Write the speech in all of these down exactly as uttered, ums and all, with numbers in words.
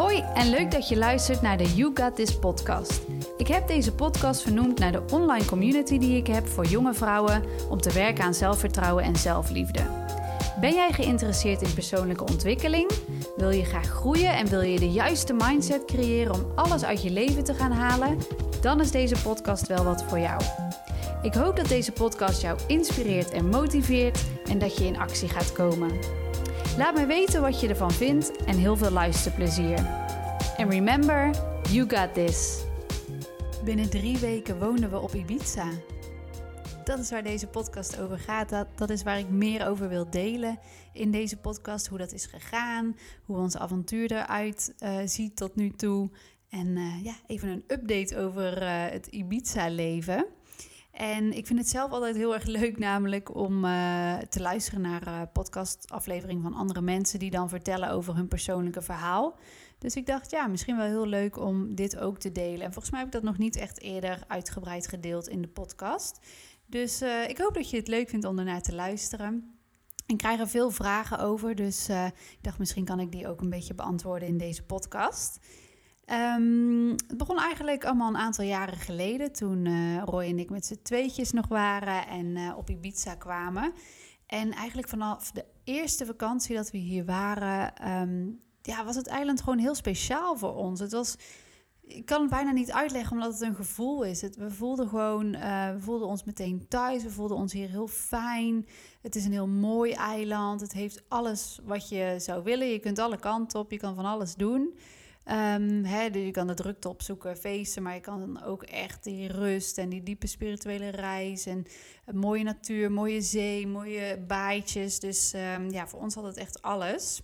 Hoi en leuk dat je luistert naar de You Got This podcast. Ik heb deze podcast vernoemd naar de online community die ik heb voor jonge vrouwen om te werken aan zelfvertrouwen en zelfliefde. Ben jij geïnteresseerd in persoonlijke ontwikkeling? Wil je graag groeien en wil je de juiste mindset creëren om alles uit je leven te gaan halen? Dan is deze podcast wel wat voor jou. Ik hoop dat deze podcast jou inspireert en motiveert en dat je in actie gaat komen. Laat me weten wat je ervan vindt en heel veel luisterplezier. En remember, you got this. Binnen drie weken woonden we op Ibiza. Dat is waar deze podcast over gaat. Dat, dat is waar ik meer over wil delen in deze podcast. Hoe dat is gegaan, hoe ons avontuur eruit uh, ziet tot nu toe. En uh, ja, even een update over uh, het Ibiza-leven. En ik vind het zelf altijd heel erg leuk namelijk om uh, te luisteren naar uh, podcastafleveringen van andere mensen die dan vertellen over hun persoonlijke verhaal. Dus ik dacht, ja, misschien wel heel leuk om dit ook te delen. En volgens mij heb ik dat nog niet echt eerder uitgebreid gedeeld in de podcast. Dus uh, ik hoop dat je het leuk vindt om ernaar te luisteren. Ik krijg er veel vragen over, dus uh, ik dacht misschien kan ik die ook een beetje beantwoorden in deze podcast. Um, het begon eigenlijk allemaal een aantal jaren geleden toen uh, Roy en ik met z'n tweetjes nog waren en uh, op Ibiza kwamen. En eigenlijk vanaf de eerste vakantie dat we hier waren, um, ja, was het eiland gewoon heel speciaal voor ons. Het was, ik kan het bijna niet uitleggen omdat het een gevoel is. Het, we voelden gewoon, uh, we voelden ons meteen thuis, we voelden ons hier heel fijn. Het is een heel mooi eiland, het heeft alles wat je zou willen. Je kunt alle kanten op, je kan van alles doen. Um, hè, dus je kan de drukte opzoeken, feesten, maar je kan dan ook echt die rust en die diepe spirituele reis en mooie natuur, mooie zee, mooie baaitjes. Dus um, ja, voor ons had het echt alles.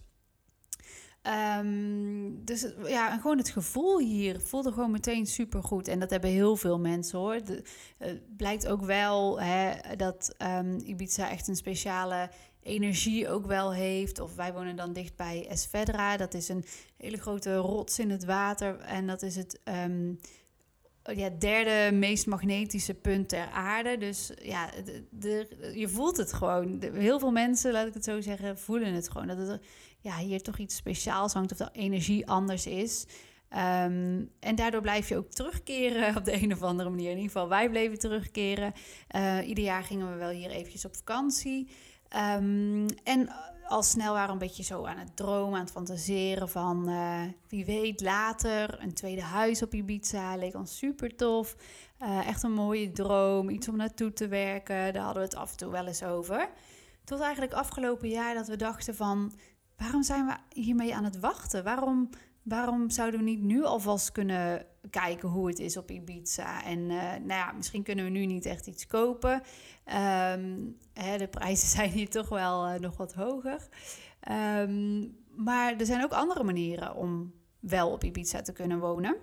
Um, dus ja, en gewoon het gevoel hier voelde gewoon meteen supergoed. En dat hebben heel veel mensen hoor. Het uh, blijkt ook wel hè, dat um, Ibiza echt een speciale energie ook wel heeft. Of wij wonen dan dicht bij Esvedra. Dat is een hele grote rots in het water. En dat is het um, ja, derde meest magnetische punt ter aarde. Dus ja, de, de, je voelt het gewoon. De, heel veel mensen, laat ik het zo zeggen, voelen het gewoon. Dat het ja, hier toch iets speciaals hangt of de energie anders is. Um, en daardoor blijf je ook terugkeren op de een of andere manier. In ieder geval, wij bleven terugkeren. Uh, ieder jaar gingen we wel hier eventjes op vakantie. Um, en al snel waren we een beetje zo aan het dromen, aan het fantaseren van uh, wie weet later een tweede huis op Ibiza. Leek ons super tof. Uh, echt een mooie droom, iets om naartoe te werken. Daar hadden we het af en toe wel eens over. Tot eigenlijk afgelopen jaar dat we dachten van, waarom zijn we hiermee aan het wachten? Waarom, waarom zouden we niet nu alvast kunnen kijken hoe het is op Ibiza? En uh, nou ja, misschien kunnen we nu niet echt iets kopen. Um, hè, de prijzen zijn hier toch wel uh, nog wat hoger. Um, maar er zijn ook andere manieren om wel op Ibiza te kunnen wonen.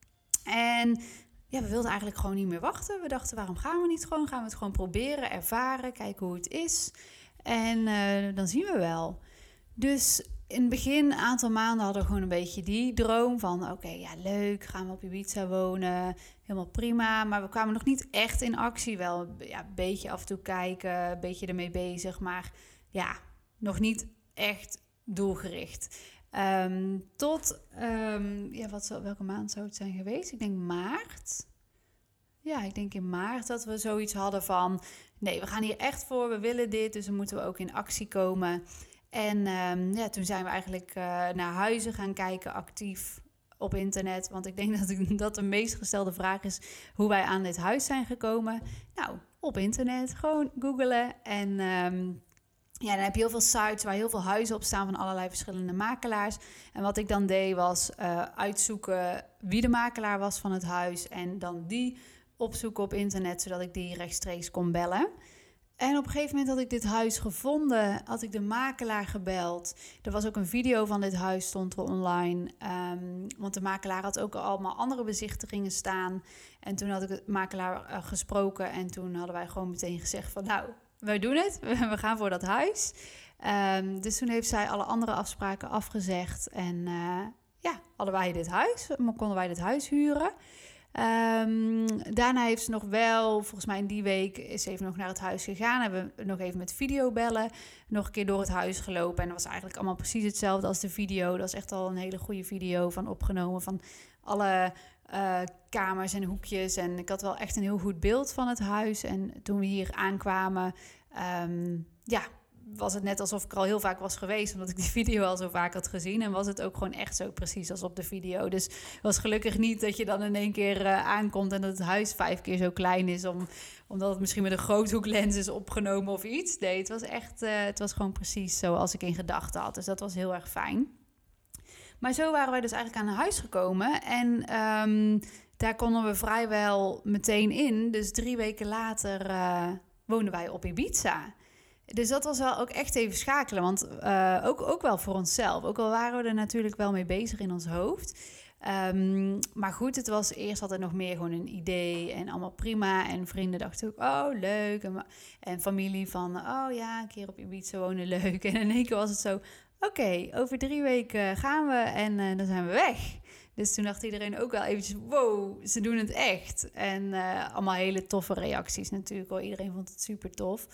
En ja, we wilden eigenlijk gewoon niet meer wachten. We dachten, waarom gaan we niet gewoon? Gaan we het gewoon proberen, ervaren, kijken hoe het is. En uh, dan zien we wel. Dus in het begin, een aantal maanden, hadden we gewoon een beetje die droom van, oké, okay, ja, leuk, gaan we op Ibiza wonen, helemaal prima. Maar we kwamen nog niet echt in actie, wel ja, een beetje af en toe kijken, een beetje ermee bezig, maar ja, nog niet echt doelgericht. Um, tot, um, ja, wat zou, welke maand zou het zijn geweest? Ik denk maart. Ja, ik denk in maart dat we zoiets hadden van, nee, we gaan hier echt voor, we willen dit, dus dan moeten we ook in actie komen. En um, ja, toen zijn we eigenlijk uh, naar huizen gaan kijken, actief op internet. Want ik denk dat ik, dat de meest gestelde vraag is hoe wij aan dit huis zijn gekomen. Nou, op internet, gewoon googlen. En um, ja, dan heb je heel veel sites waar heel veel huizen op staan van allerlei verschillende makelaars. En wat ik dan deed was uh, uitzoeken wie de makelaar was van het huis. En dan die opzoeken op internet, zodat ik die rechtstreeks kon bellen. En op een gegeven moment had ik dit huis gevonden, had ik de makelaar gebeld. Er was ook een video van dit huis, stond er online. Um, want de makelaar had ook allemaal andere bezichtigingen staan. En toen had ik de makelaar uh, gesproken en toen hadden wij gewoon meteen gezegd van, nou, wij doen het, we gaan voor dat huis. Um, dus toen heeft zij alle andere afspraken afgezegd en uh, ja, hadden wij dit huis, konden wij dit huis huren. Um, daarna heeft ze nog wel, volgens mij in die week, is ze even nog naar het huis gegaan. Hebben we nog even met videobellen nog een keer door het huis gelopen. En dat was eigenlijk allemaal precies hetzelfde als de video. Dat was echt al een hele goede video van opgenomen van alle uh, kamers en hoekjes. En ik had wel echt een heel goed beeld van het huis. En toen we hier aankwamen, um, ja... was het net alsof ik er al heel vaak was geweest, omdat ik die video al zo vaak had gezien. En was het ook gewoon echt zo precies als op de video. Dus het was gelukkig niet dat je dan in één keer uh, aankomt en dat het huis vijf keer zo klein is, om, omdat het misschien met een groothoeklens is opgenomen of iets. Nee, het was echt, uh, het was gewoon precies zoals ik in gedachten had. Dus dat was heel erg fijn. Maar zo waren wij dus eigenlijk aan huis gekomen. En um, daar konden we vrijwel meteen in. Dus drie weken later uh, woonden wij op Ibiza. Dus dat was wel ook echt even schakelen. Want uh, ook, ook wel voor onszelf. Ook al waren we er natuurlijk wel mee bezig in ons hoofd. Um, maar goed, het was eerst altijd nog meer gewoon een idee. En allemaal prima. En vrienden dachten ook, oh leuk. En, en familie van, oh ja, een keer op Ibiza wonen, leuk. En in één keer was het zo, oké, okay, over drie weken gaan we en uh, dan zijn we weg. Dus toen dacht iedereen ook wel eventjes, wow, ze doen het echt. En uh, allemaal hele toffe reacties natuurlijk hoor. Iedereen vond het super tof.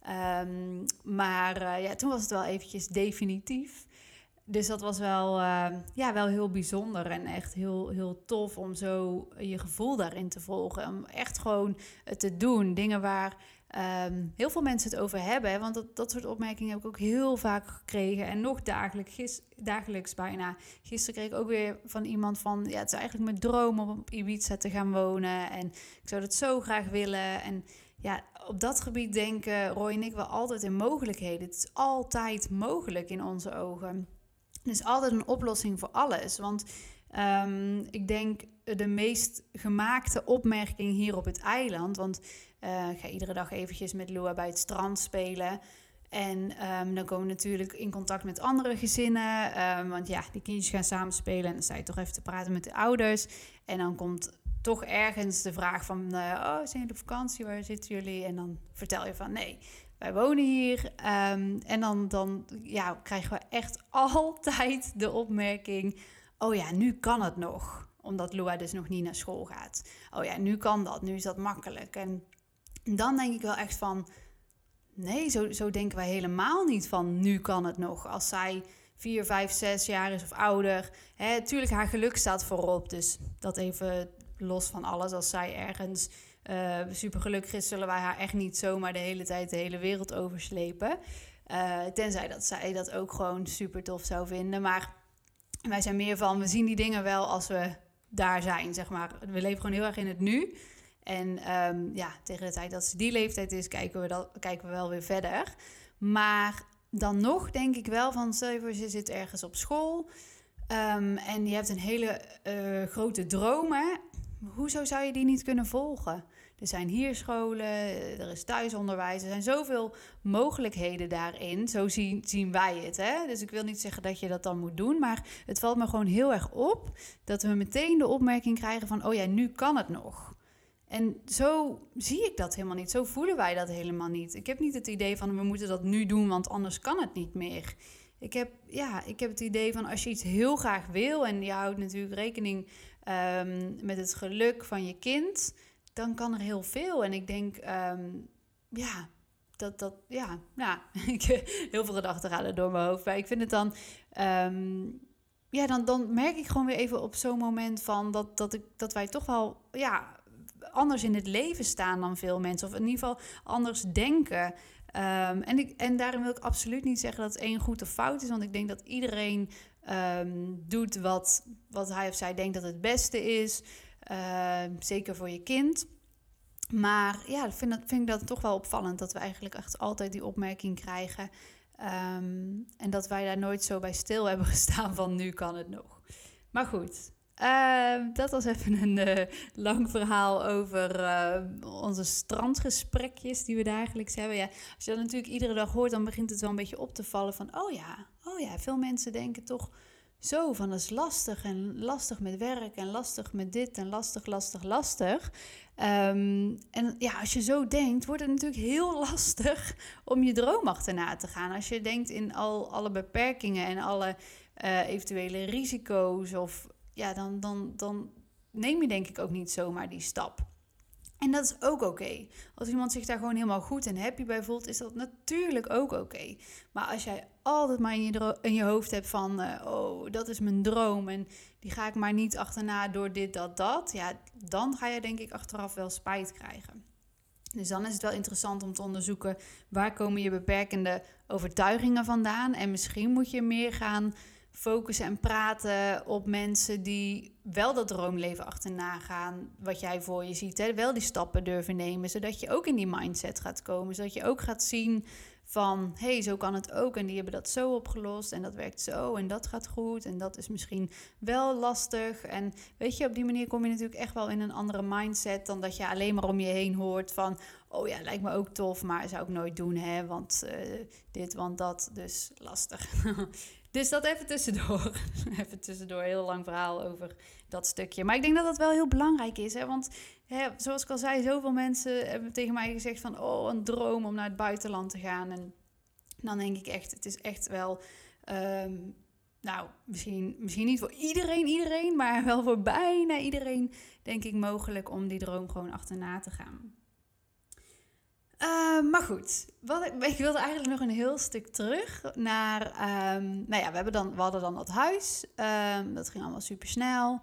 Um, maar uh, ja, toen was het wel eventjes definitief. Dus dat was wel, uh, ja, wel heel bijzonder en echt heel, heel tof om zo je gevoel daarin te volgen. Om echt gewoon het te doen. Dingen waar um, heel veel mensen het over hebben. Hè? Want dat, dat soort opmerkingen heb ik ook heel vaak gekregen. En nog dagelijks, gis, dagelijks bijna. Gisteren kreeg ik ook weer van iemand van, ja, het is eigenlijk mijn droom om op Ibiza te gaan wonen. En ik zou dat zo graag willen. En ja, op dat gebied denken Roy en ik wel altijd in mogelijkheden. Het is altijd mogelijk in onze ogen. Er is altijd een oplossing voor alles. Want um, ik denk de meest gemaakte opmerking hier op het eiland. Want uh, ik ga iedere dag eventjes met Lua bij het strand spelen. En um, dan komen we natuurlijk in contact met andere gezinnen. Um, want ja, die kindjes gaan samen spelen. En dan sta je toch even te praten met de ouders. En dan komt toch ergens de vraag van, uh, oh, zijn jullie op vakantie? Waar zitten jullie? En dan vertel je van, nee, wij wonen hier. Um, en dan, dan ja, krijgen we echt altijd de opmerking, oh ja, nu kan het nog. Omdat Lua dus nog niet naar school gaat. Oh ja, nu kan dat, nu is dat makkelijk. En dan denk ik wel echt van, nee, zo, zo denken wij helemaal niet van, nu kan het nog. Als zij vier, vijf, zes jaar is of ouder. Hè, tuurlijk, haar geluk staat voorop. Dus dat even los van alles. Als zij ergens uh, super gelukkig is, zullen wij haar echt niet zomaar de hele tijd de hele wereld overslepen. Uh, tenzij dat zij dat ook gewoon super tof zou vinden. Maar wij zijn meer van, we zien die dingen wel als we daar zijn, zeg maar. We leven gewoon heel erg in het nu. En um, ja, tegen de tijd dat ze die leeftijd is, kijken we, dat, kijken we wel weer verder. Maar dan nog denk ik wel van, stel je voor, je zit ergens op school um, en je hebt een hele uh, grote droom, hè? Hoezo zou je die niet kunnen volgen? Er zijn hier scholen, er is thuisonderwijs, er zijn zoveel mogelijkheden daarin. Zo zien, zien wij het, hè? Dus ik wil niet zeggen dat je dat dan moet doen, maar het valt me gewoon heel erg op dat we meteen de opmerking krijgen van, oh ja, nu kan het nog. En zo zie ik dat helemaal niet. Zo voelen wij dat helemaal niet. Ik heb niet het idee van, we moeten dat nu doen, want anders kan het niet meer. Ik heb, ja, ik heb het idee van, als je iets heel graag wil en je houdt natuurlijk rekening um, met het geluk van je kind, dan kan er heel veel. En ik denk, um, ja, dat, dat, ja, nou, heel veel gedachten gaan er door mijn hoofd. Maar ik vind het dan, um, ja, dan, dan merk ik gewoon weer even op zo'n moment van dat, dat, ik, dat wij toch wel, ja, anders in het leven staan dan veel mensen. Of in ieder geval anders denken. Um, en, ik, en daarom wil ik absoluut niet zeggen dat het één goed of fout is. Want ik denk dat iedereen um, doet wat, wat hij of zij denkt dat het beste is. Uh, zeker voor je kind. Maar ja, ik vind, dat, vind ik dat toch wel opvallend. Dat we eigenlijk echt altijd die opmerking krijgen. Um, en dat wij daar nooit zo bij stil hebben gestaan van, nu kan het nog. Maar goed. Uh, dat was even een uh, lang verhaal over uh, onze strandgesprekjes die we dagelijks hebben. Ja, als je dat natuurlijk iedere dag hoort, dan begint het wel een beetje op te vallen van, oh ja, oh ja, veel mensen denken toch zo van, dat is lastig en lastig met werk en lastig met dit en lastig, lastig, lastig. Um, en ja, als je zo denkt, wordt het natuurlijk heel lastig om je droom achterna te gaan. Als je denkt in al alle beperkingen en alle uh, eventuele risico's of ja, dan, dan, dan neem je denk ik ook niet zomaar die stap. En dat is ook oké. Okay. Als iemand zich daar gewoon helemaal goed en happy bij voelt, is dat natuurlijk ook oké. Okay. Maar als jij altijd maar in je, dro- in je hoofd hebt van, uh, oh, dat is mijn droom en die ga ik maar niet achterna door dit, dat, dat. Ja, dan ga je denk ik achteraf wel spijt krijgen. Dus dan is het wel interessant om te onderzoeken, waar komen je beperkende overtuigingen vandaan? En misschien moet je meer gaan focussen en praten op mensen die wel dat droomleven achterna gaan, wat jij voor je ziet. Hè? Wel die stappen durven nemen, zodat je ook in die mindset gaat komen. Zodat je ook gaat zien van, hé, hey, zo kan het ook. En die hebben dat zo opgelost en dat werkt zo en dat gaat goed. En dat is misschien wel lastig. En weet je, op die manier kom je natuurlijk echt wel in een andere mindset dan dat je alleen maar om je heen hoort van, oh ja, lijkt me ook tof, maar zou ik nooit doen, hè? Want uh, dit, want dat, dus lastig. Dus dat even tussendoor. Even tussendoor, heel lang verhaal over dat stukje. Maar ik denk dat dat wel heel belangrijk is. Hè? Want hè, zoals ik al zei, zoveel mensen hebben tegen mij gezegd van, oh, een droom om naar het buitenland te gaan. En dan denk ik echt, het is echt wel, um, nou, misschien, misschien niet voor iedereen, iedereen, maar wel voor bijna iedereen, denk ik, mogelijk om die droom gewoon achterna te gaan. Uh, maar goed, wat ik, ik wilde eigenlijk nog een heel stuk terug naar, um, nou ja, we, hebben dan, we hadden dan dat huis, um, dat ging allemaal super snel.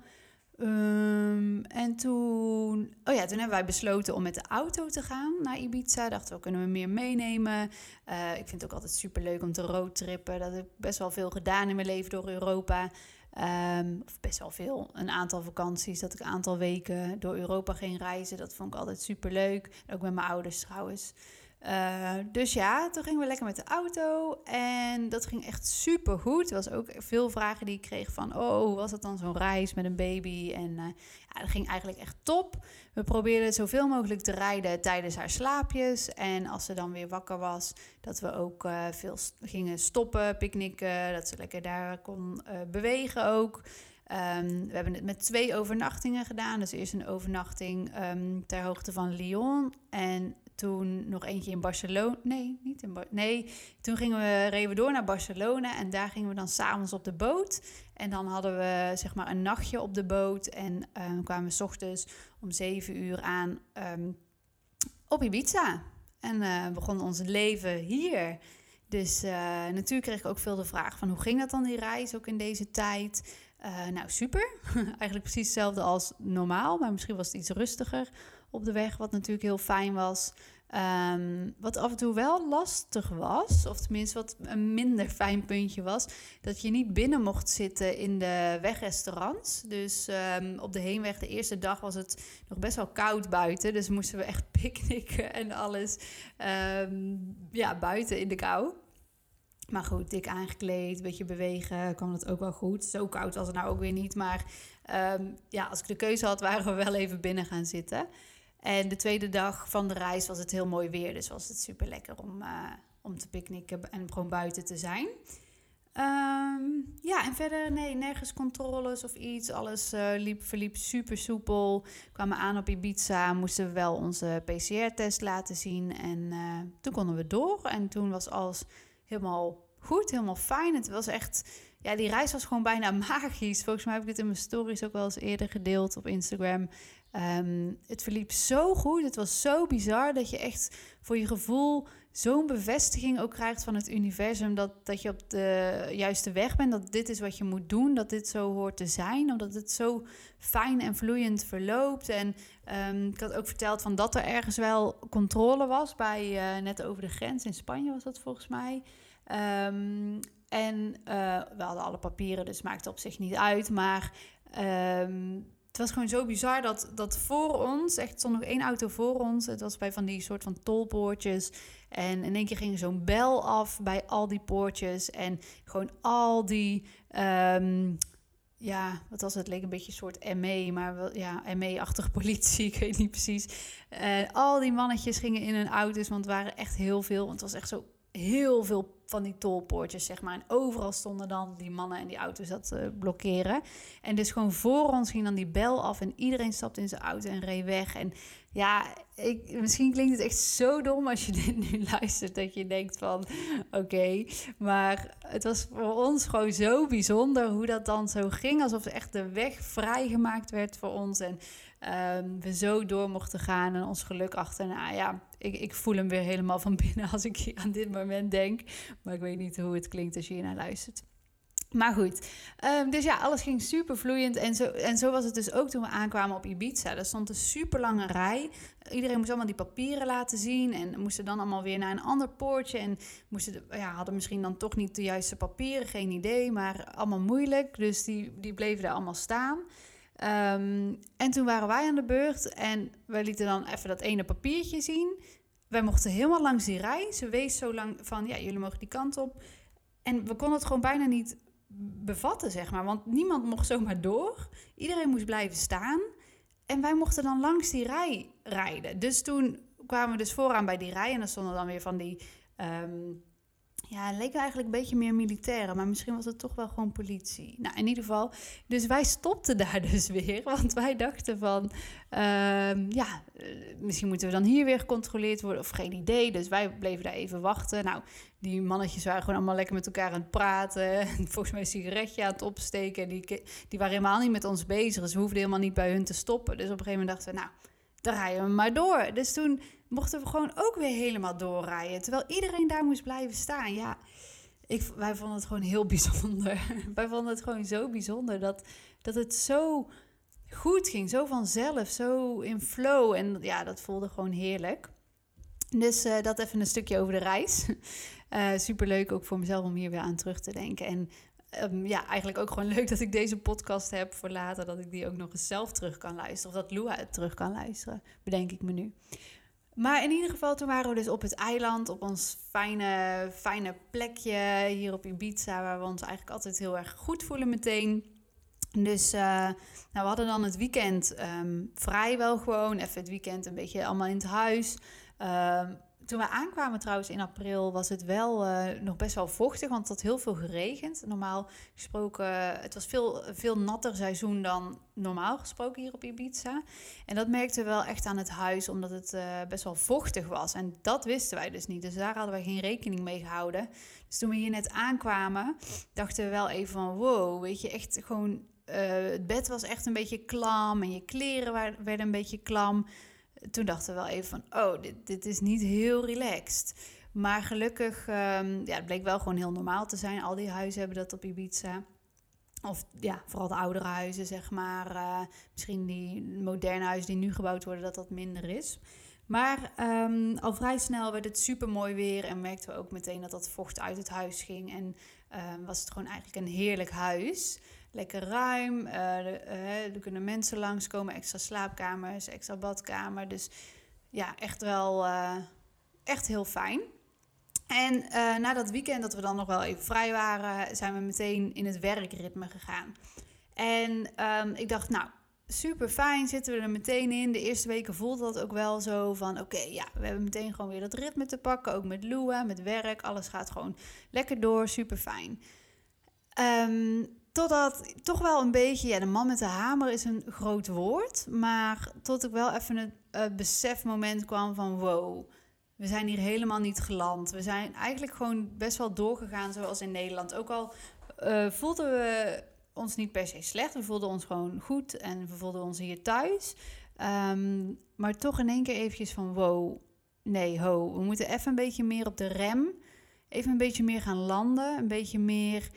Um, en toen, oh ja, toen hebben wij besloten om met de auto te gaan naar Ibiza. Dachten we, kunnen we meer meenemen? Uh, ik vind het ook altijd super leuk om te roadtrippen. Dat heb ik best wel veel gedaan in mijn leven door Europa. Um, of best wel veel, een aantal vakanties, dat ik een aantal weken door Europa ging reizen. Dat vond ik altijd super leuk. Ook met mijn ouders trouwens. Uh, dus ja, toen gingen we lekker met de auto en dat ging echt super goed. Er was ook veel vragen die ik kreeg van, oh, hoe was het dan zo'n reis met een baby? En uh, ja, dat ging eigenlijk echt top. We probeerden zoveel mogelijk te rijden tijdens haar slaapjes. En als ze dan weer wakker was, dat we ook uh, veel st- gingen stoppen, picknicken. Dat ze lekker daar kon uh, bewegen ook. Um, we hebben het met twee overnachtingen gedaan. Dus eerst een overnachting um, ter hoogte van Lyon en toen nog eentje in Barcelona. Nee, niet in Bar- Nee, toen gingen we, reden we door naar Barcelona. En daar gingen we dan 's avonds op de boot. En dan hadden we zeg maar een nachtje op de boot. En um, kwamen we 's ochtends om zeven uur aan um, op Ibiza. En uh, begon ons leven hier. Dus uh, natuurlijk kreeg ik ook veel de vraag van, hoe ging dat dan, die reis, ook in deze tijd? Uh, nou, super. Eigenlijk precies hetzelfde als normaal. Maar misschien was het iets rustiger op de weg, wat natuurlijk heel fijn was. Um, wat af en toe wel lastig was, of tenminste wat een minder fijn puntje was, dat je niet binnen mocht zitten in de wegrestaurants. Dus um, op de heenweg, de eerste dag, was het nog best wel koud buiten. Dus moesten we echt picknicken en alles um, ja, buiten in de kou. Maar goed, dik aangekleed, een beetje bewegen, kwam dat ook wel goed. Zo koud was het nou ook weer niet, maar um, ja, als ik de keuze had, waren we wel even binnen gaan zitten. En de tweede dag van de reis was het heel mooi weer, dus was het super lekker om, uh, om te picknicken en gewoon buiten te zijn. Um, ja, en verder, nee, nergens controles of iets. Alles uh, liep, verliep super soepel. We kwamen aan op Ibiza, moesten we wel onze P C R-test laten zien. En uh, toen konden we door. En toen was alles helemaal goed, helemaal fijn. Het was echt, ja, die reis was gewoon bijna magisch. Volgens mij heb ik dit in mijn stories ook wel eens eerder gedeeld op Instagram. Um, het verliep zo goed, het was zo bizar dat je echt voor je gevoel zo'n bevestiging ook krijgt van het universum, dat, dat je op de juiste weg bent, dat dit is wat je moet doen, dat dit zo hoort te zijn, omdat het zo fijn en vloeiend verloopt. En um, ik had ook verteld van dat er ergens wel controle was bij uh, net over de grens in Spanje was dat volgens mij. Um, en uh, we hadden alle papieren, dus maakte op zich niet uit, maar Um, het was gewoon zo bizar dat, dat voor ons, echt stond nog één auto voor ons. Het was bij van die soort van tolpoortjes. En in één keer ging zo'n bel af bij al die poortjes. En gewoon al die, um, ja, wat was het? Het leek een beetje een soort M E, maar wel, ja, M E-achtige politie, ik weet niet precies. Uh, al die mannetjes gingen in hun auto's, want het waren echt heel veel. Want het was echt zo heel veel van die tolpoortjes, zeg maar. En overal stonden dan die mannen en die auto's dat uh, blokkeren. En dus gewoon voor ons ging dan die bel af en iedereen stapte in zijn auto en reed weg. En ja, ik, misschien klinkt het echt zo dom als je dit nu luistert, dat je denkt van, oké. Okay. Maar het was voor ons gewoon zo bijzonder hoe dat dan zo ging. Alsof echt de weg vrijgemaakt werd voor ons. En um, we zo door mochten gaan en ons geluk achterna. Ja, ik, ik voel hem weer helemaal van binnen als ik hier aan dit moment denk. Maar ik weet niet hoe het klinkt als je hier naar luistert. Maar goed, um, dus ja, alles ging super vloeiend. En zo, en zo was het dus ook toen we aankwamen op Ibiza. Er stond een super lange rij. Iedereen moest allemaal die papieren laten zien. En moesten dan allemaal weer naar een ander poortje. En moesten de, ja, hadden misschien dan toch niet de juiste papieren, geen idee. Maar allemaal moeilijk. Dus die, die bleven daar allemaal staan. Um, en toen waren wij aan de beurt. En wij lieten dan even dat ene papiertje zien. Wij mochten helemaal langs die rij. Ze wees zo lang van, ja, jullie mogen die kant op. En we konden het gewoon bijna niet bevatten, zeg maar. Want niemand mocht zomaar door. Iedereen moest blijven staan. En wij mochten dan langs die rij rijden. Dus toen kwamen we dus vooraan bij die rij. En dan stonden dan weer van die... Um, ja, het leek eigenlijk een beetje meer militairen. Maar misschien was het toch wel gewoon politie. Nou, in ieder geval. Dus wij stopten daar dus weer. Want wij dachten van... Um, ja, misschien moeten we dan hier weer gecontroleerd worden. Of geen idee. Dus wij bleven daar even wachten. Nou, die mannetjes waren gewoon allemaal lekker met elkaar aan het praten. En volgens mij een sigaretje aan het opsteken. Die, die waren helemaal niet met ons bezig. Dus we hoefden helemaal niet bij hun te stoppen. Dus op een gegeven moment dachten we... Nou, dan rijden we maar door. Dus toen mochten we gewoon ook weer helemaal doorrijden. Terwijl iedereen daar moest blijven staan. Ja, ik, wij vonden het gewoon heel bijzonder. Wij vonden het gewoon zo bijzonder dat, dat het zo goed ging. Zo vanzelf, zo in flow. En ja, dat voelde gewoon heerlijk. Dus uh, dat even een stukje over de reis. Uh, superleuk ook voor mezelf om hier weer aan terug te denken. En Um, ja, eigenlijk ook gewoon leuk dat ik deze podcast heb voor later. Dat ik die ook nog eens zelf terug kan luisteren. Of dat Lua het terug kan luisteren. Bedenk ik me nu. Maar in ieder geval, toen waren we dus op het eiland. Op ons fijne, fijne plekje hier op Ibiza. Waar we ons eigenlijk altijd heel erg goed voelen meteen. Dus uh, nou, we hadden dan het weekend um, vrij wel gewoon. Even het weekend een beetje allemaal in het huis. Um, Toen we aankwamen trouwens in april was het wel uh, nog best wel vochtig, want het had heel veel geregend. Normaal gesproken, uh, het was veel, veel natter seizoen dan normaal gesproken hier op Ibiza. En dat merkten we wel echt aan het huis, omdat het uh, best wel vochtig was. En dat wisten wij dus niet, dus daar hadden wij geen rekening mee gehouden. Dus toen we hier net aankwamen, dachten we wel even van wow, weet je, echt gewoon... Uh, het bed was echt een beetje klam en je kleren waren, werden een beetje klam. Toen dachten we wel even van, oh, dit, dit is niet heel relaxed. Maar gelukkig, um, ja, het bleek wel gewoon heel normaal te zijn. Al die huizen hebben dat op Ibiza. Of ja, vooral de oudere huizen, zeg maar. Uh, misschien die moderne huizen die nu gebouwd worden, dat dat minder is. Maar um, al vrij snel werd het super mooi weer. En merkten we ook meteen dat dat vocht uit het huis ging. En um, was het gewoon eigenlijk een heerlijk huis. Lekker ruim, uh, de, uh, er kunnen mensen langskomen, extra slaapkamers, extra badkamer. Dus ja, echt wel uh, echt heel fijn. En uh, na dat weekend dat we dan nog wel even vrij waren, zijn we meteen in het werkritme gegaan. En um, ik dacht, nou, super fijn, zitten we er meteen in. De eerste weken voelde dat ook wel zo van, oké, okay, ja, we hebben meteen gewoon weer dat ritme te pakken. Ook met Lua, met werk, alles gaat gewoon lekker door, super fijn. Um, Totdat toch wel een beetje, ja, de man met de hamer is een groot woord. Maar tot ik wel even een uh, besefmoment kwam van wow, we zijn hier helemaal niet geland. We zijn eigenlijk gewoon best wel doorgegaan zoals in Nederland. Ook al uh, voelden we ons niet per se slecht. We voelden ons gewoon goed en we voelden ons hier thuis. Um, maar toch in één keer eventjes van wow, nee, ho. We moeten even een beetje meer op de rem. Even een beetje meer gaan landen. Een beetje meer...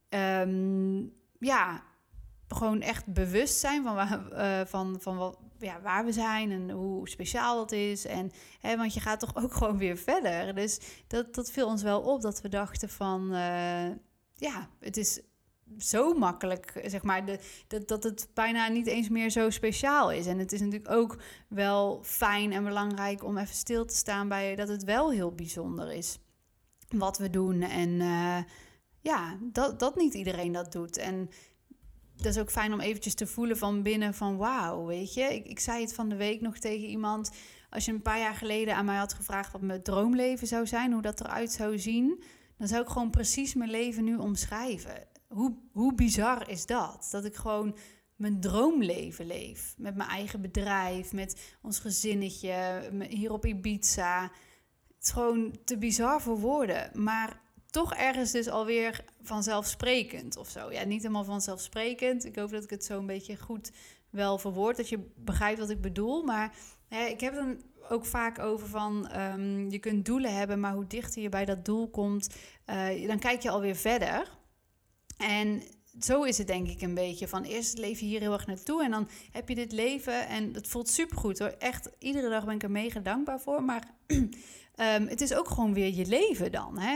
Um, ja, gewoon echt bewust zijn van, waar, uh, van, van wat, ja, waar we zijn en hoe speciaal dat is. En, hè, want je gaat toch ook gewoon weer verder. Dus dat, dat viel ons wel op dat we dachten van... Uh, ja, het is zo makkelijk, zeg maar, de, dat, dat het bijna niet eens meer zo speciaal is. En het is natuurlijk ook wel fijn en belangrijk om even stil te staan bij dat het wel heel bijzonder is wat we doen. En uh, ja, dat, dat niet iedereen dat doet. En dat is ook fijn om eventjes te voelen van binnen van wauw, weet je. Ik, ik zei het van de week nog tegen iemand als je een paar jaar geleden aan mij had gevraagd wat mijn droomleven zou zijn, hoe dat eruit zou zien, dan zou ik gewoon precies mijn leven nu omschrijven. Hoe, hoe bizar is dat? Dat ik gewoon mijn droomleven leef. Met mijn eigen bedrijf, met ons gezinnetje, hier op Ibiza. Het is gewoon te bizar voor woorden. Maar toch ergens dus alweer vanzelfsprekend of zo. Ja, niet helemaal vanzelfsprekend. Ik hoop dat ik het zo een beetje goed wel verwoord. Dat je begrijpt wat ik bedoel. Maar hè, ik heb het dan ook vaak over van... Um, je kunt doelen hebben, maar hoe dichter je bij dat doel komt... Uh, dan kijk je alweer verder. En zo is het denk ik een beetje. Van eerst leef je hier heel erg naartoe en dan heb je dit leven. En het voelt supergoed hoor. Echt, iedere dag ben ik er mega dankbaar voor. Maar um, het is ook gewoon weer je leven dan, hè.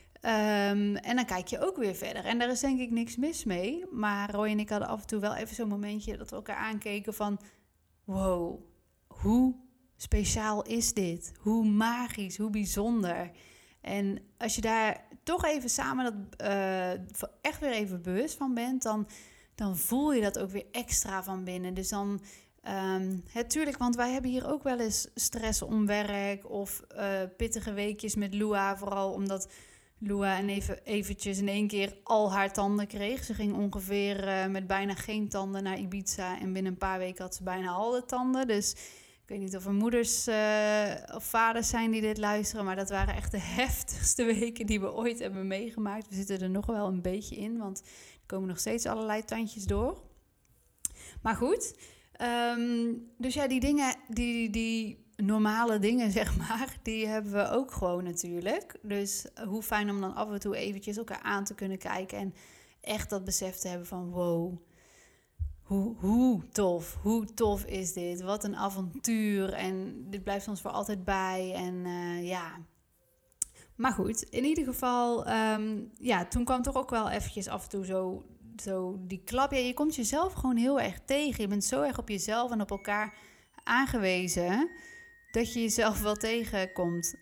Um, en dan kijk je ook weer verder. En daar is denk ik niks mis mee. Maar Roy en ik hadden af en toe wel even zo'n momentje dat we elkaar aankeken van... Wow, hoe speciaal is dit? Hoe magisch, hoe bijzonder. En als je daar toch even samen dat, uh, echt weer even bewust van bent... Dan, dan voel je dat ook weer extra van binnen. Dus dan... Um, het, tuurlijk, want wij hebben hier ook wel eens stress om werk... of uh, pittige weekjes met Lua, vooral omdat... Lua en even, eventjes in één keer al haar tanden kreeg. Ze ging ongeveer uh, met bijna geen tanden naar Ibiza. En binnen een paar weken had ze bijna al de tanden. Dus ik weet niet of er moeders uh, of vaders zijn die dit luisteren. Maar dat waren echt de heftigste weken die we ooit hebben meegemaakt. We zitten er nog wel een beetje in. Want er komen nog steeds allerlei tandjes door. Maar goed. Um, dus ja, die dingen... die, die normale dingen, zeg maar, die hebben we ook gewoon natuurlijk. Dus hoe fijn om dan af en toe eventjes elkaar aan te kunnen kijken... en echt dat besef te hebben van wow, hoe, hoe tof, hoe tof is dit? Wat een avontuur en dit blijft ons voor altijd bij. En uh, ja, maar goed, in ieder geval, um, ja, toen kwam toch ook wel eventjes af en toe zo, zo die klap. Ja, je komt jezelf gewoon heel erg tegen. Je bent zo erg op jezelf en op elkaar aangewezen... dat je jezelf wel tegenkomt.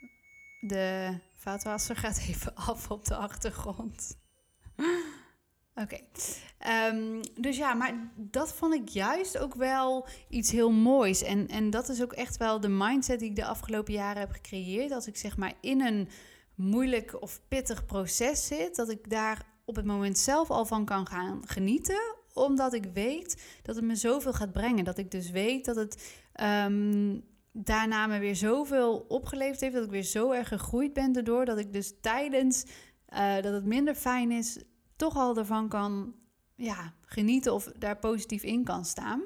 De vaatwasser gaat even af op de achtergrond. Oké. Okay. Um, dus ja, maar dat vond ik juist ook wel iets heel moois. En, en dat is ook echt wel de mindset die ik de afgelopen jaren heb gecreëerd. Als ik zeg maar in een moeilijk of pittig proces zit... dat ik daar op het moment zelf al van kan gaan genieten... omdat ik weet dat het me zoveel gaat brengen. Dat ik dus weet dat het... Um, daarna me weer zoveel opgeleverd heeft... dat ik weer zo erg gegroeid ben erdoor... dat ik dus tijdens uh, dat het minder fijn is... toch al ervan kan ja, genieten of daar positief in kan staan.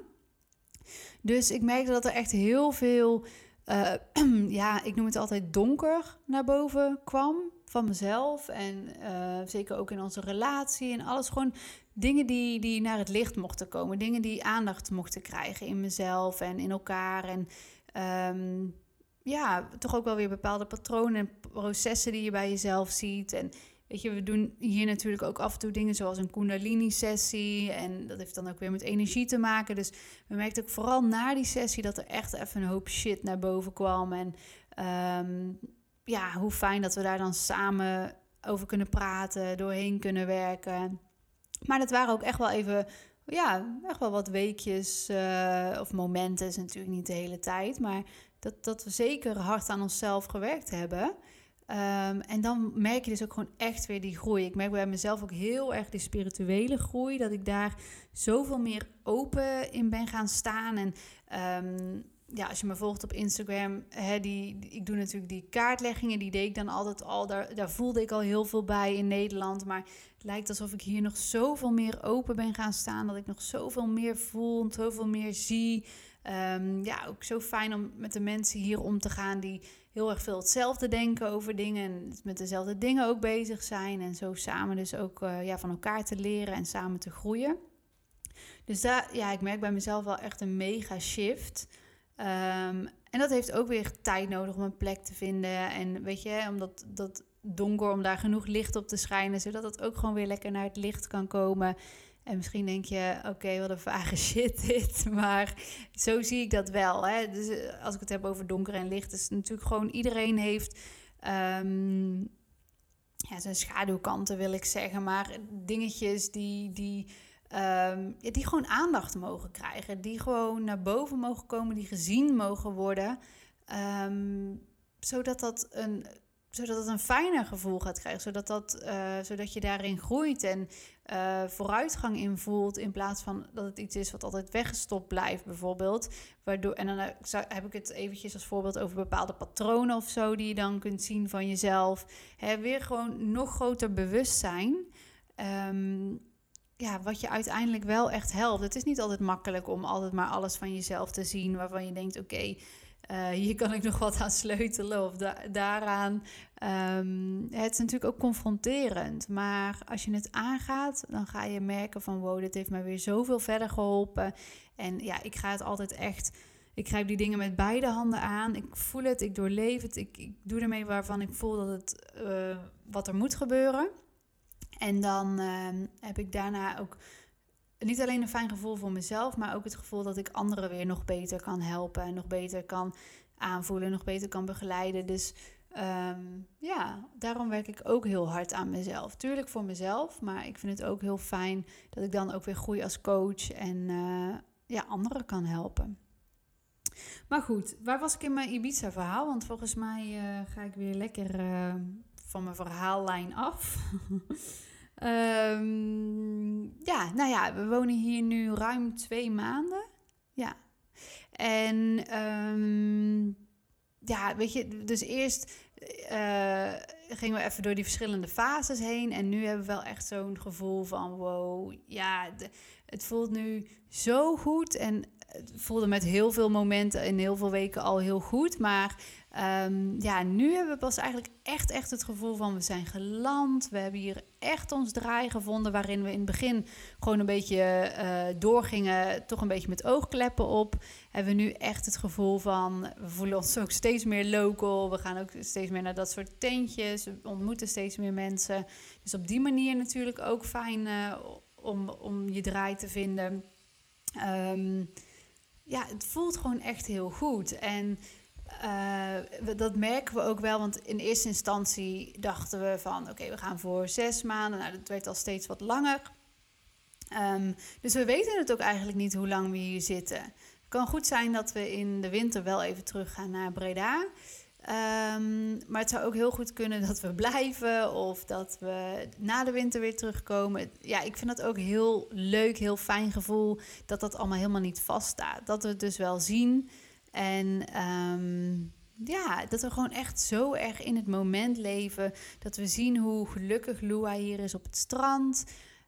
Dus ik merkte dat er echt heel veel... Uh, ja, ik noem het altijd donker naar boven kwam van mezelf. En uh, zeker ook in onze relatie en alles. Gewoon dingen die, die naar het licht mochten komen. Dingen die aandacht mochten krijgen in mezelf en in elkaar... en Um, ja, toch ook wel weer bepaalde patronen en processen die je bij jezelf ziet. En weet je, we doen hier natuurlijk ook af en toe dingen zoals een Kundalini-sessie. En dat heeft dan ook weer met energie te maken. Dus we merkten ook vooral na die sessie dat er echt even een hoop shit naar boven kwam. En um, ja, hoe fijn dat we daar dan samen over kunnen praten, doorheen kunnen werken. Maar dat waren ook echt wel even... Ja, echt wel wat weekjes uh, of momenten, is natuurlijk niet de hele tijd. Maar dat, dat we zeker hard aan onszelf gewerkt hebben. Um, en dan merk je dus ook gewoon echt weer die groei. Ik merk bij mezelf ook heel erg die spirituele groei. Dat ik daar zoveel meer open in ben gaan staan. En um, ja, als je me volgt op Instagram, hè, die, ik doe natuurlijk die kaartleggingen. Die deed ik dan altijd al. Daar, daar voelde ik al heel veel bij in Nederland. Maar het lijkt alsof ik hier nog zoveel meer open ben gaan staan. Dat ik nog zoveel meer voel, zoveel meer zie. Um, ja, ook zo fijn om met de mensen hier om te gaan die heel erg veel hetzelfde denken over dingen. En met dezelfde dingen ook bezig zijn. En zo samen dus ook uh, ja, van elkaar te leren en samen te groeien. Dus daar, ja, ik merk bij mezelf wel echt een mega shift. Um, en dat heeft ook weer tijd nodig om een plek te vinden. En weet je, omdat dat donker, om daar genoeg licht op te schijnen, zodat het ook gewoon weer lekker naar het licht kan komen. En misschien denk je, oké, okay, wat een vage shit dit. Maar zo zie ik dat wel. Hè? Dus als ik het heb over donker en licht, is het natuurlijk gewoon iedereen heeft um, ja, zijn schaduwkanten, wil ik zeggen. Maar dingetjes die, die Um, ja, die gewoon aandacht mogen krijgen. Die gewoon naar boven mogen komen, die gezien mogen worden. Um, zodat dat een... zodat het een fijner gevoel gaat krijgen. Zodat, dat, uh, zodat je daarin groeit en uh, vooruitgang in voelt. In plaats van dat het iets is wat altijd weggestopt blijft bijvoorbeeld. Waardoor, en dan heb ik het eventjes als voorbeeld over bepaalde patronen of zo. Die je dan kunt zien van jezelf. Hè, weer gewoon nog groter bewustzijn. Um, ja, wat je uiteindelijk wel echt helpt. Het is niet altijd makkelijk om altijd maar alles van jezelf te zien. Waarvan je denkt, oké... Okay, Uh, hier kan ik nog wat aan sleutelen of da- daaraan. Um, het is natuurlijk ook confronterend. Maar als je het aangaat, dan ga je merken van... wow, dit heeft mij weer zoveel verder geholpen. En ja, ik ga het altijd echt... ik grijp die dingen met beide handen aan. Ik voel het, ik doorleef het. Ik, ik doe ermee waarvan ik voel dat het uh, wat er moet gebeuren. En dan uh, heb ik daarna ook... niet alleen een fijn gevoel voor mezelf, maar ook het gevoel dat ik anderen weer nog beter kan helpen. En nog beter kan aanvoelen, nog beter kan begeleiden. Dus um, ja, daarom werk ik ook heel hard aan mezelf. Tuurlijk voor mezelf, maar ik vind het ook heel fijn dat ik dan ook weer groei als coach en uh, ja, anderen kan helpen. Maar goed, waar was ik in mijn Ibiza-verhaal? Want volgens mij uh, ga ik weer lekker uh, van mijn verhaallijn af. Um, ja, nou ja, we wonen hier nu ruim twee maanden. Ja. En um, ja, weet je, dus eerst uh, gingen we even door die verschillende fases heen. En nu hebben we wel echt zo'n gevoel van wow, ja, de, het voelt nu zo goed. En het voelde met heel veel momenten in heel veel weken al heel goed. Maar um, ja, nu hebben we pas eigenlijk echt, echt het gevoel van we zijn geland. We hebben hier echt ons draai gevonden waarin we in het begin gewoon een beetje uh, doorgingen. Toch een beetje met oogkleppen op. Hebben we nu echt het gevoel van we voelen ons ook steeds meer local. We gaan ook steeds meer naar dat soort tentjes. We ontmoeten steeds meer mensen. Dus op die manier natuurlijk ook fijn uh, om, om je draai te vinden. Um, ja, het voelt gewoon echt heel goed. En uh, dat merken we ook wel, want in eerste instantie dachten we van oké, okay, we gaan voor zes maanden. Nou, dat werd al steeds wat langer. Um, dus we weten het ook eigenlijk niet hoe lang we hier zitten. Het kan goed zijn dat we in de winter wel even terug gaan naar Breda. Um, maar het zou ook heel goed kunnen dat we blijven of dat we na de winter weer terugkomen. Ja, ik vind dat ook heel leuk, heel fijn gevoel dat dat allemaal helemaal niet vaststaat. Dat we het dus wel zien en um, ja, dat we gewoon echt zo erg in het moment leven. Dat we zien hoe gelukkig Lua hier is op het strand.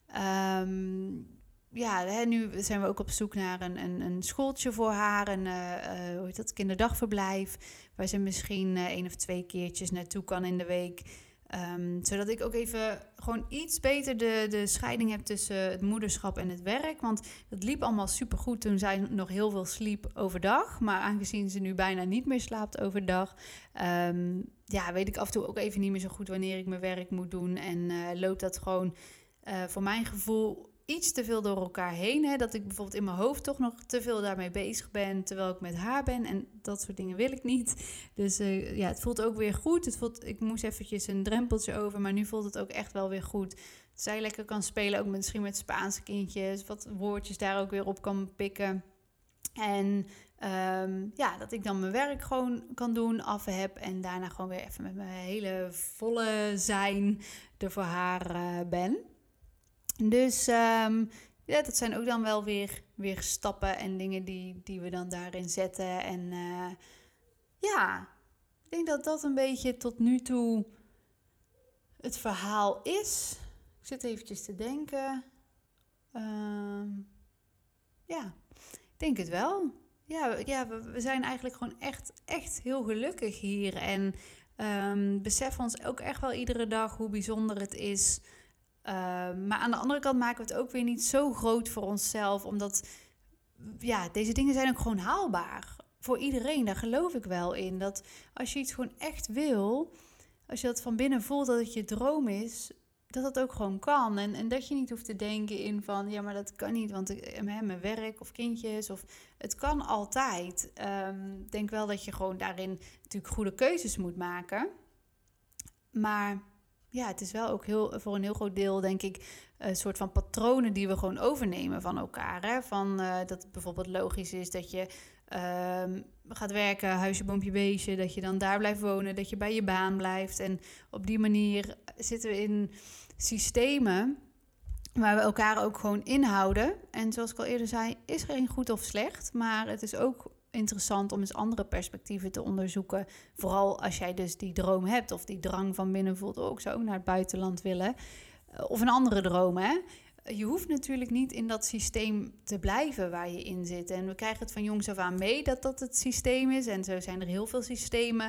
Um, Ja, hè, nu zijn we ook op zoek naar een, een, een schooltje voor haar, een uh, uh, hoe heet dat, kinderdagverblijf, waar ze misschien uh, één of twee keertjes naartoe kan in de week. Um, zodat ik ook even gewoon iets beter de, de scheiding heb tussen het moederschap en het werk. Want het liep allemaal supergoed toen zij nog heel veel sliep overdag. Maar aangezien ze nu bijna niet meer slaapt overdag, um, ja, weet ik af en toe ook even niet meer zo goed wanneer ik mijn werk moet doen. En uh, loopt dat gewoon uh, voor mijn gevoel iets te veel door elkaar heen. Hè? Dat ik bijvoorbeeld in mijn hoofd toch nog te veel daarmee bezig ben, terwijl ik met haar ben. En dat soort dingen wil ik niet. Dus uh, ja, het voelt ook weer goed. Het voelt, ik moest eventjes een drempeltje over, maar nu voelt het ook echt wel weer goed. Dat zij lekker kan spelen, ook misschien met Spaanse kindjes. Wat woordjes daar ook weer op kan pikken. En um, ja, dat ik dan mijn werk gewoon kan doen, af heb. En daarna gewoon weer even met mijn hele volle zijn er voor haar uh, ben. Dus um, ja, dat zijn ook dan wel weer, weer stappen en dingen die, die we dan daarin zetten. En uh, ja, ik denk dat dat een beetje tot nu toe het verhaal is. Ik zit eventjes te denken. Um, ja, ik denk het wel. Ja, ja we, we zijn eigenlijk gewoon echt, echt heel gelukkig hier. En um, beseffen ons ook echt wel iedere dag hoe bijzonder het is. Uh, maar aan de andere kant maken we het ook weer niet zo groot voor onszelf. Omdat, ja, deze dingen zijn ook gewoon haalbaar. Voor iedereen, daar geloof ik wel in. Dat als je iets gewoon echt wil, als je dat van binnen voelt dat het je droom is, dat dat ook gewoon kan. En, en dat je niet hoeft te denken in van, ja, maar dat kan niet, want ik, mijn werk of kindjes, of het kan altijd. Ik um, denk wel dat je gewoon daarin natuurlijk goede keuzes moet maken. Maar ja, het is wel ook heel, voor een heel groot deel, denk ik, een soort van patronen die we gewoon overnemen van elkaar. Hè? Van uh, dat het bijvoorbeeld logisch is dat je uh, gaat werken, huisje, boompje, beestje, dat je dan daar blijft wonen, dat je bij je baan blijft. En op die manier zitten we in systemen waar we elkaar ook gewoon inhouden. En zoals ik al eerder zei, is er geen goed of slecht, maar het is ook interessant om eens andere perspectieven te onderzoeken. Vooral als jij dus die droom hebt of die drang van binnen voelt, ook zo naar het buitenland willen. Of een andere droom, hè. Je hoeft natuurlijk niet in dat systeem te blijven waar je in zit. En we krijgen het van jongs af aan mee dat dat het systeem is. En zo zijn er heel veel systemen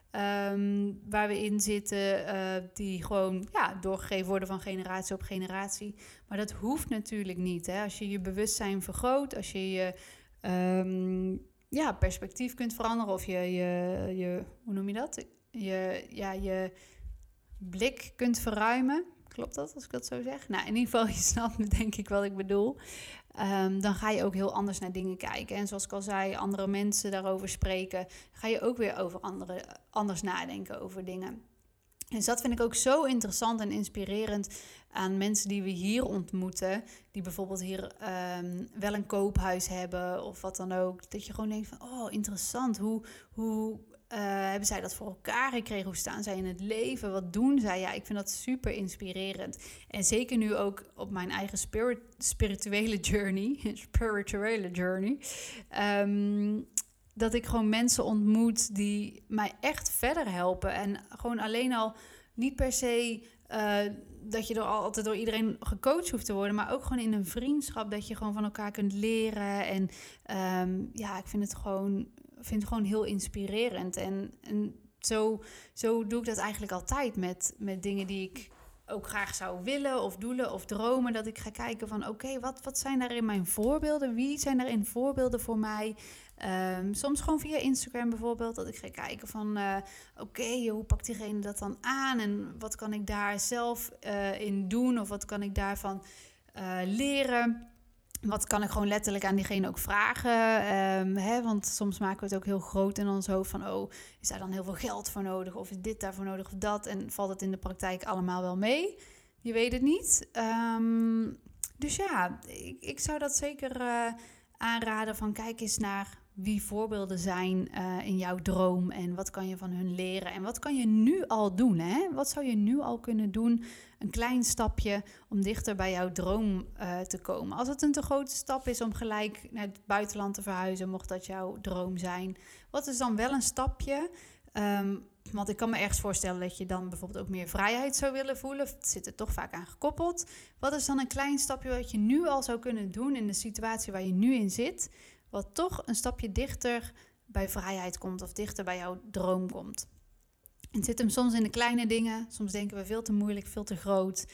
um, waar we in zitten, uh, die gewoon ja, doorgegeven worden van generatie op generatie. Maar dat hoeft natuurlijk niet, hè. Als je je bewustzijn vergroot, als je je um, ja, perspectief kunt veranderen of je, je, je hoe noem je dat? Je, ja, je blik kunt verruimen. Klopt dat, als ik dat zo zeg? Nou, in ieder geval, je snapt me denk ik wat ik bedoel. Um, dan ga je ook heel anders naar dingen kijken. En zoals ik al zei, andere mensen daarover spreken, ga je ook weer over andere, anders nadenken over dingen. Dus dat vind ik ook zo interessant en inspirerend aan mensen die we hier ontmoeten, die bijvoorbeeld hier um, wel een koophuis hebben of wat dan ook. Dat je gewoon denkt van, oh, interessant, hoe, hoe uh, hebben zij dat voor elkaar gekregen? Hoe staan zij in het leven? Wat doen zij? Ja, ik vind dat super inspirerend. En zeker nu ook op mijn eigen spirit, spirituele journey, spirituele journey, um, dat ik gewoon mensen ontmoet die mij echt verder helpen. En gewoon alleen al niet per se uh, dat je er altijd door iedereen gecoacht hoeft te worden, maar ook gewoon in een vriendschap dat je gewoon van elkaar kunt leren. En um, ja, ik vind het gewoon, vind het gewoon heel inspirerend. En, en zo, zo doe ik dat eigenlijk altijd met, met dingen die ik ook graag zou willen of doelen of dromen. Dat ik ga kijken van oké, okay, wat, wat zijn daarin mijn voorbeelden? Wie zijn daarin voorbeelden voor mij? Um, soms gewoon via Instagram bijvoorbeeld, dat ik ga kijken van uh, oké, okay, hoe pakt diegene dat dan aan? En wat kan ik daar zelf uh, in doen? Of wat kan ik daarvan uh, leren? Wat kan ik gewoon letterlijk aan diegene ook vragen? Um, hè? Want soms maken we het ook heel groot in ons hoofd van oh, is daar dan heel veel geld voor nodig? Of is dit daarvoor nodig of dat? En valt het in de praktijk allemaal wel mee? Je weet het niet. Um, dus ja, ik, ik zou dat zeker uh, aanraden van kijk eens naar wie voorbeelden zijn uh, in jouw droom en wat kan je van hun leren en wat kan je nu al doen, hè? Wat zou je nu al kunnen doen, een klein stapje om dichter bij jouw droom uh, te komen. Als het een te grote stap is om gelijk naar het buitenland te verhuizen, mocht dat jouw droom zijn, wat is dan wel een stapje? Um, want ik kan me ergens voorstellen dat je dan bijvoorbeeld ook meer vrijheid zou willen voelen. Het zit er toch vaak aan gekoppeld. Wat is dan een klein stapje wat je nu al zou kunnen doen in de situatie waar je nu in zit, wat toch een stapje dichter bij vrijheid komt of dichter bij jouw droom komt. Het zit hem soms in de kleine dingen. Soms denken we veel te moeilijk, veel te groot.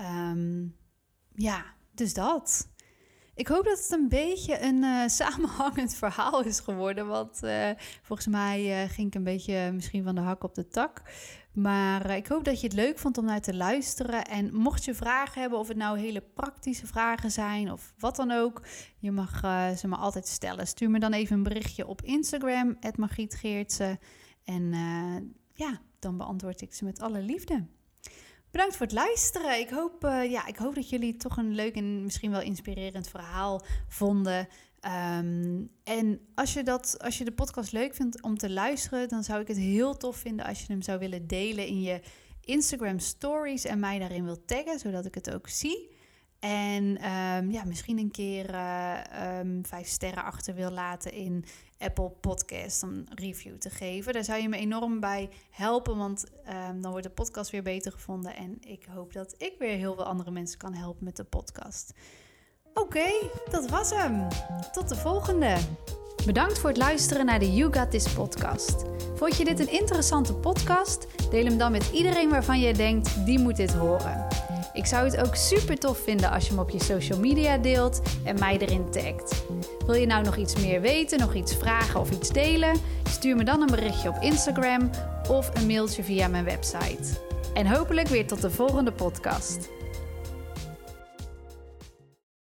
Um, ja, dus dat. Ik hoop dat het een beetje een uh, samenhangend verhaal is geworden. Want uh, volgens mij uh, ging ik een beetje misschien van de hak op de tak. Maar uh, ik hoop dat je het leuk vond om naar te luisteren. En mocht je vragen hebben, of het nou hele praktische vragen zijn of wat dan ook, je mag uh, ze me altijd stellen. Stuur me dan even een berichtje op Instagram, at Margriet Geertsen. En uh, ja, dan beantwoord ik ze met alle liefde. Bedankt voor het luisteren. Ik hoop, uh, ja, ik hoop dat jullie toch een leuk en misschien wel inspirerend verhaal vonden. Um, en als je, dat, als je de podcast leuk vindt om te luisteren, dan zou ik het heel tof vinden als je hem zou willen delen in je Instagram stories en mij daarin wilt taggen, zodat ik het ook zie. En um, ja, misschien een keer uh, um, vijf sterren achter wil laten in Apple Podcast, om een review te geven. Daar zou je me enorm bij helpen, want um, dan wordt de podcast weer beter gevonden. En ik hoop dat ik weer heel veel andere mensen kan helpen met de podcast. Oké, okay, dat was hem. Tot de volgende. Bedankt voor het luisteren naar de You Got This podcast. Vond je dit een interessante podcast? Deel hem dan met iedereen waarvan je denkt, die moet dit horen. Ik zou het ook super tof vinden als je hem op je social media deelt en mij erin tagt. Wil je nou nog iets meer weten, nog iets vragen of iets delen? Stuur me dan een berichtje op Instagram of een mailtje via mijn website. En hopelijk weer tot de volgende podcast.